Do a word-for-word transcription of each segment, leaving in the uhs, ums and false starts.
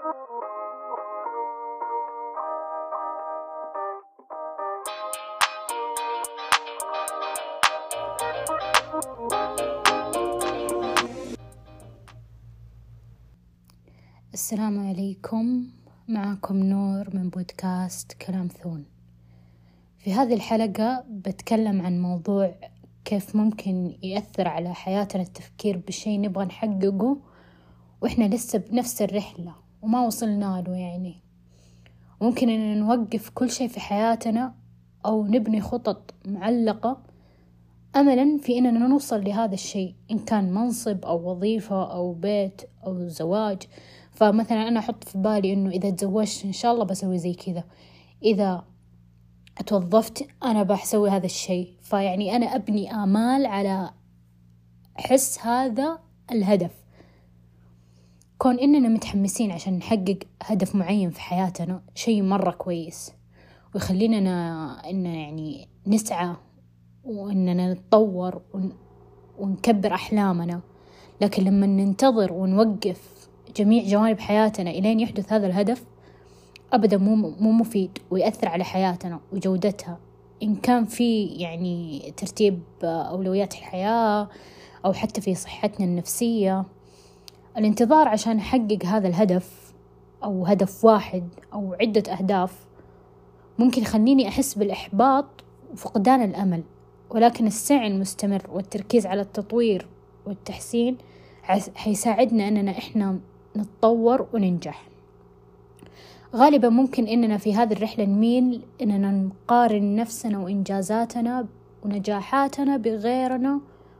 السلام عليكم، معكم نور من بودكاست كلام ثون. في هذه الحلقة بتكلم عن موضوع كيف ممكن يأثر على حياتنا التفكير بشيء نبغى نحققه وإحنا لسه بنفس الرحلة وما وصلنا له. يعني ممكن إن نوقف كل شيء في حياتنا أو نبني خطط معلقة أملا في إننا نوصل لهذا الشيء، إن كان منصب أو وظيفة أو بيت أو زواج. فمثلا أنا أحط في بالي إنه إذا تزوجت إن شاء الله بسوي زي كذا، إذا توظفت أنا بحسوي هذا الشيء. فيعني أنا أبني آمال على حس هذا الهدف. كون إننا متحمسين عشان نحقق هدف معين في حياتنا شيء مرة كويس، ويخلينا إن يعني نسعى وإننا نتطور ونكبر أحلامنا. لكن لما ننتظر ونوقف جميع جوانب حياتنا إلين يحدث هذا الهدف أبدا مو مو مفيد، ويأثر على حياتنا وجودتها، إن كان في يعني ترتيب أولويات الحياة أو حتى في صحتنا النفسية. الانتظار عشان نحقق هذا الهدف أو هدف واحد أو عدة أهداف ممكن يخليني أحس بالإحباط وفقدان الأمل، ولكن السعي المستمر والتركيز على التطوير والتحسين حيساعدنا أننا إحنا نتطور وننجح. غالبا ممكن إننا في هذه الرحلة نميل إننا نقارن نفسنا وإنجازاتنا ونجاحاتنا بغيرنا،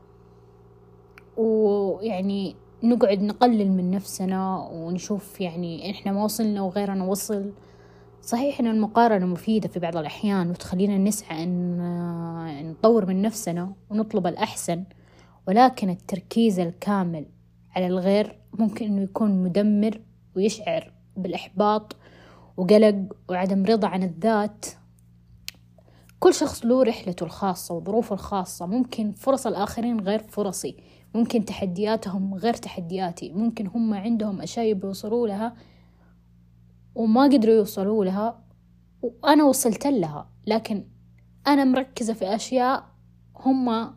ويعني نقعد نقلل من نفسنا ونشوف يعني إحنا ما وصلنا وغيرنا وصل. صحيح إن المقارنة مفيدة في بعض الأحيان وتخلينا نسعى أن نطور من نفسنا ونطلب الأحسن، ولكن التركيز الكامل على الغير ممكن إنه يكون مدمر ويشعر بالإحباط وقلق وعدم رضا عن الذات. كل شخص له رحلته الخاصة وظروفه الخاصة، ممكن فرص الآخرين غير فرصي، ممكن تحدياتهم غير تحدياتي، ممكن هم عندهم أشياء بيوصلوا لها وما قدروا يوصلوا لها وأنا وصلت لها، لكن أنا مركزة في أشياء هم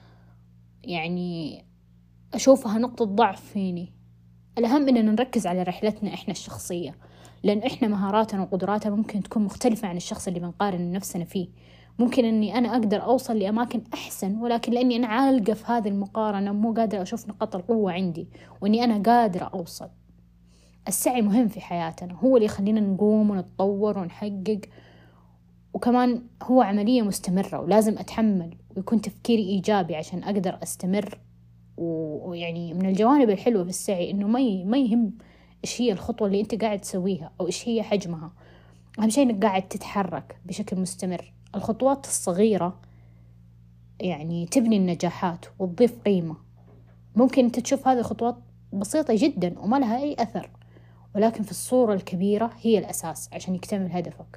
يعني أشوفها نقطة ضعف فيني. الأهم إننا نركز على رحلتنا إحنا الشخصية، لأن إحنا مهاراتنا وقدراتنا ممكن تكون مختلفة عن الشخص اللي بنقارن نفسنا فيه. ممكن إني أنا أقدر أوصل لأماكن أحسن، ولكن لأني أنا عالقة في هذه المقارنة مو قادرة أشوف نقاط القوة عندي وإني أنا قادرة أوصل. السعي مهم في حياتنا، هو اللي يخلينا نقوم ونتطور ونحقق، وكمان هو عملية مستمرة ولازم أتحمل ويكون تفكيري إيجابي عشان أقدر أستمر. ويعني من الجوانب الحلوة في السعي إنه ما ما يهم إيش هي الخطوة اللي أنت قاعد تسويها أو إيش هي حجمها، أهم شيء إنك قاعد تتحرك بشكل مستمر. الخطوات الصغيرة يعني تبني النجاحات وتضيف قيمة. ممكن أنت تشوف هذه الخطوات بسيطة جدا وما لها أي أثر، ولكن في الصورة الكبيرة هي الأساس عشان يكتمل هدفك.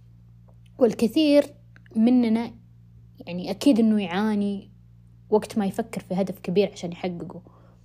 والكثير مننا يعني أكيد إنه يعاني وقت ما يفكر في هدف كبير عشان يحققه.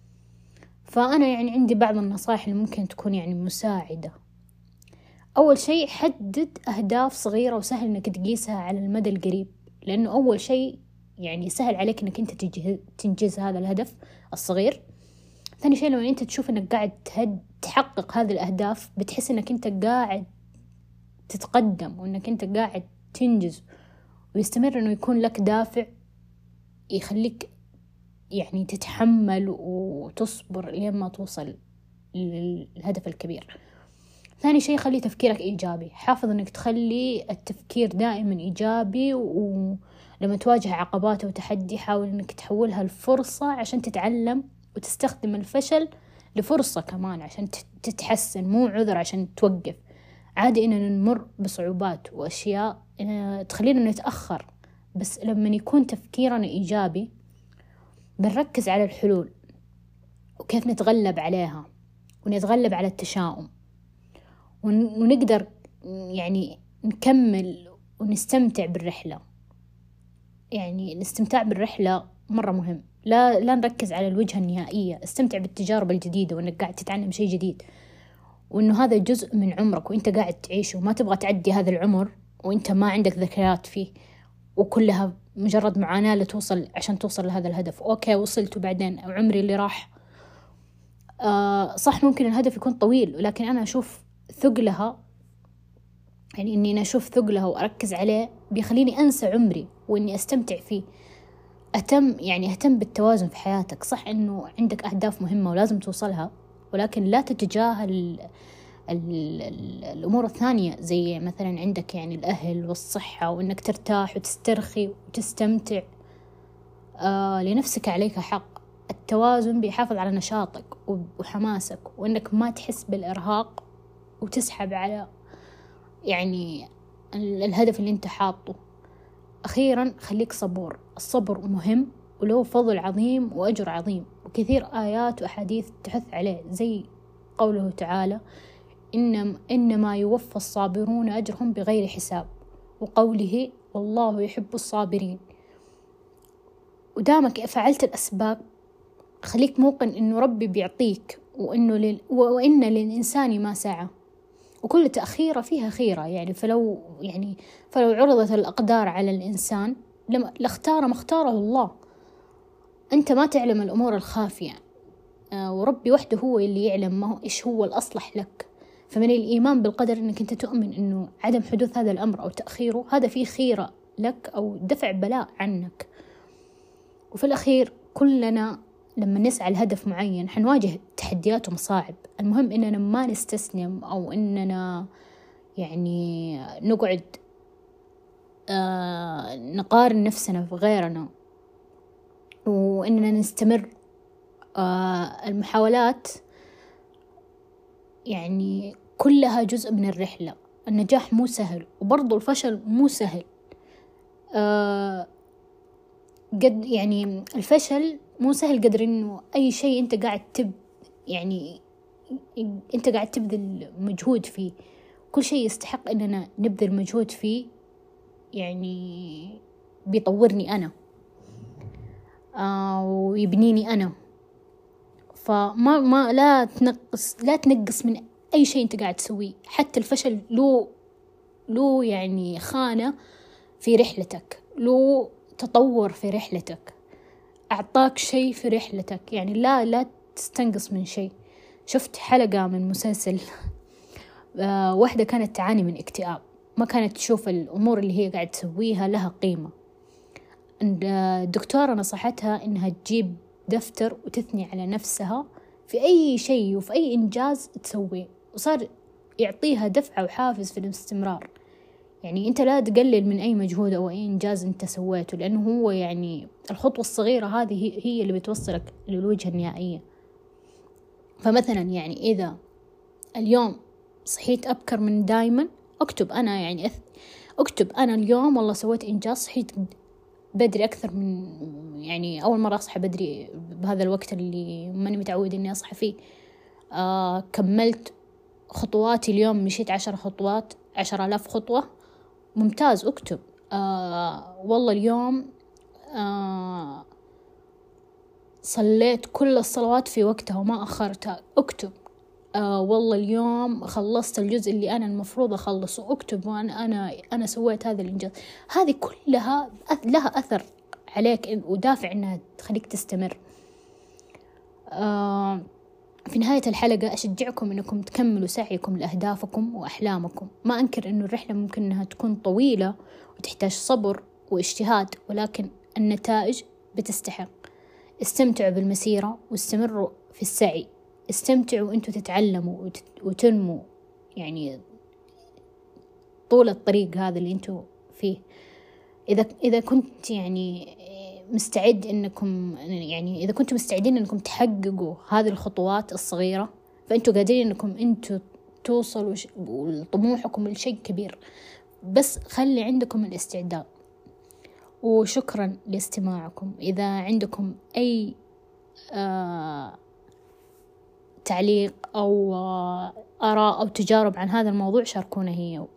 فأنا يعني عندي بعض النصائح اللي ممكن تكون يعني مساعدة. أول شيء، حدد أهداف صغيرة وسهل إنك تقيسها على المدى القريب، لأنه أول شيء يعني سهل عليك إنك أنت تنجز هذا الهدف الصغير. ثاني شيء، لما أنت تشوف إنك قاعد تحقق هذه الأهداف بتحس إنك أنت قاعد تتقدم وإنك أنت قاعد تنجز، ويستمر إنه يكون لك دافع يخليك يعني تتحمل وتصبر لما توصل للهدف الكبير. ثاني شيء، خلي تفكيرك إيجابي، حافظ إنك تخلي التفكير دائما إيجابي، ولما تواجه عقبات وتحدي حاول إنك تحولها لفرصة عشان تتعلم، وتستخدم الفشل لفرصة كمان عشان تتحسن، مو عذر عشان توقف. عادي إننا نمر بصعوبات وأشياء تخلينا نتأخر، بس لما يكون تفكيرنا إيجابي بنركز على الحلول وكيف نتغلب عليها، ونتغلب على التشاؤم، ونقدر يعني نكمل ونستمتع بالرحلة. يعني الاستمتاع بالرحلة مرة مهم، لا لا نركز على الوجهة النهائية. استمتع بالتجارب الجديدة وإنك قاعد تتعلم شيء جديد، وإنه هذا جزء من عمرك وإنت قاعد تعيشه، وما تبغى تعدي هذا العمر وإنت ما عندك ذكريات فيه وكلها مجرد معاناة لتوصل عشان توصل لهذا الهدف. أوكي وصلت وبعدين عمري اللي راح. آه صح ممكن الهدف يكون طويل، ولكن أنا أشوف ثقلها، يعني إني أنا أشوف ثقلها وأركز عليه بيخليني أنسى عمري وإني أستمتع فيه. أهتم يعني أهتم بالتوازن في حياتك. صح إنه عندك أهداف مهمة ولازم توصلها، ولكن لا تتجاهل ال ال ال الأمور الثانية، زي مثلا عندك يعني الأهل والصحة وإنك ترتاح وتسترخي وتستمتع. آه لنفسك عليك حق. التوازن بيحافظ على نشاطك وحماسك، وإنك ما تحس بالإرهاق وتسحب على يعني الهدف اللي انت حاطه. أخيرا خليك صبور. الصبر مهم وله فضل عظيم وأجر عظيم، وكثير آيات وأحاديث تحث عليه، زي قوله تعالى إن إنما يوفى الصابرون أجرهم بغير حساب، وقوله والله يحب الصابرين. ودامك فعلت الأسباب خليك موقن إنه ربي بيعطيك، وإنه لل... وإن للإنسان ما سعى، وكل تأخيرة فيها خيرة. يعني فلو يعني فلو عرضت الأقدار على الإنسان لما لاختار ما اختاره الله. أنت ما تعلم الأمور الخافية، آه وربي وحده هو اللي يعلم ما هو إيش هو الأصلح لك. فمن الإيمان بالقدر إنك أنت تؤمن إنه عدم حدوث هذا الأمر أو تأخيره هذا فيه خيرة لك أو دفع بلاء عنك. وفي الأخير كلنا لما نسعى لهدف معين حنواجه تحديات ومصاعب. المهم إننا ما نستسلم أو إننا يعني نقعد آه نقارن نفسنا في غيرنا، وإننا نستمر. آه المحاولات يعني كلها جزء من الرحلة. النجاح مو سهل، وبرضو الفشل مو سهل. آه قد يعني الفشل مو سهل قدر إنه أي شيء أنت قاعد تب يعني أنت قاعد تبذل مجهود فيه. كل شيء يستحق إننا نبذل مجهود فيه، يعني بيطورني أنا آه ويبنيني أنا. فما ما لا تنقص لا تنقص من أي شيء أنت قاعد تسويه. حتى الفشل له له يعني خانة في رحلتك، له تطور في رحلتك، أعطاك شيء في رحلتك. يعني لا لا تستنقص من شيء. شفت حلقة من مسلسل آه واحدة كانت تعاني من اكتئاب، ما كانت تشوف الأمور اللي هي قاعد تسويها لها قيمة. الدكتورة نصحتها إنها تجيب دفتر وتثني على نفسها في أي شيء وفي أي إنجاز تسويه، وصار يعطيها دفعة وحافز في الاستمرار. يعني أنت لا تقلل من أي مجهود أو أي إنجاز أنت سويته، لأنه هو يعني الخطوة الصغيرة هذه هي اللي بتوصلك للوجهة النهائية. فمثلا يعني إذا اليوم صحيت أبكر من دايما، أكتب أنا يعني أث... أكتب أنا اليوم والله سويت إنجاز، صحيت بدري أكثر من يعني أول مرة أصحى بدري بهذا الوقت اللي ماني متعود إني أصحى فيه. آه كملت خطواتي اليوم، مشيت عشر خطوات عشر آلاف خطوة، ممتاز. أكتب آه والله اليوم آه صليت كل الصلوات في وقتها وما أخرتها. أكتب آه والله اليوم خلصت الجزء اللي أنا المفروض أخلصه. أكتب وأنا أنا أنا سويت هذا الإنجاز. هذه كلها لها أثر عليك ودافع إنها تخليك تستمر. آه في نهاية الحلقة أشجعكم إنكم تكملوا سعيكم لأهدافكم وأحلامكم. ما أنكر إنه الرحلة ممكن إنها تكون طويلة وتحتاج صبر واجتهاد، ولكن النتائج بتستحق. استمتعوا بالمسيرة واستمروا في السعي. استمتعوا وأنتوا تتعلموا وتنموا يعني طول الطريق هذا اللي أنتوا فيه. إذا إذا كنت يعني مستعد إنكم يعني إذا كنتم مستعدين إنكم تحققوا هذه الخطوات الصغيرة، فأنتوا قادرين إنكم أنتوا توصلوا لطموحكم لشيء كبير. بس خلي عندكم الاستعداد. وشكرا لاستماعكم. إذا عندكم أي آه تعليق أو آه آراء أو تجارب عن هذا الموضوع شاركونا هي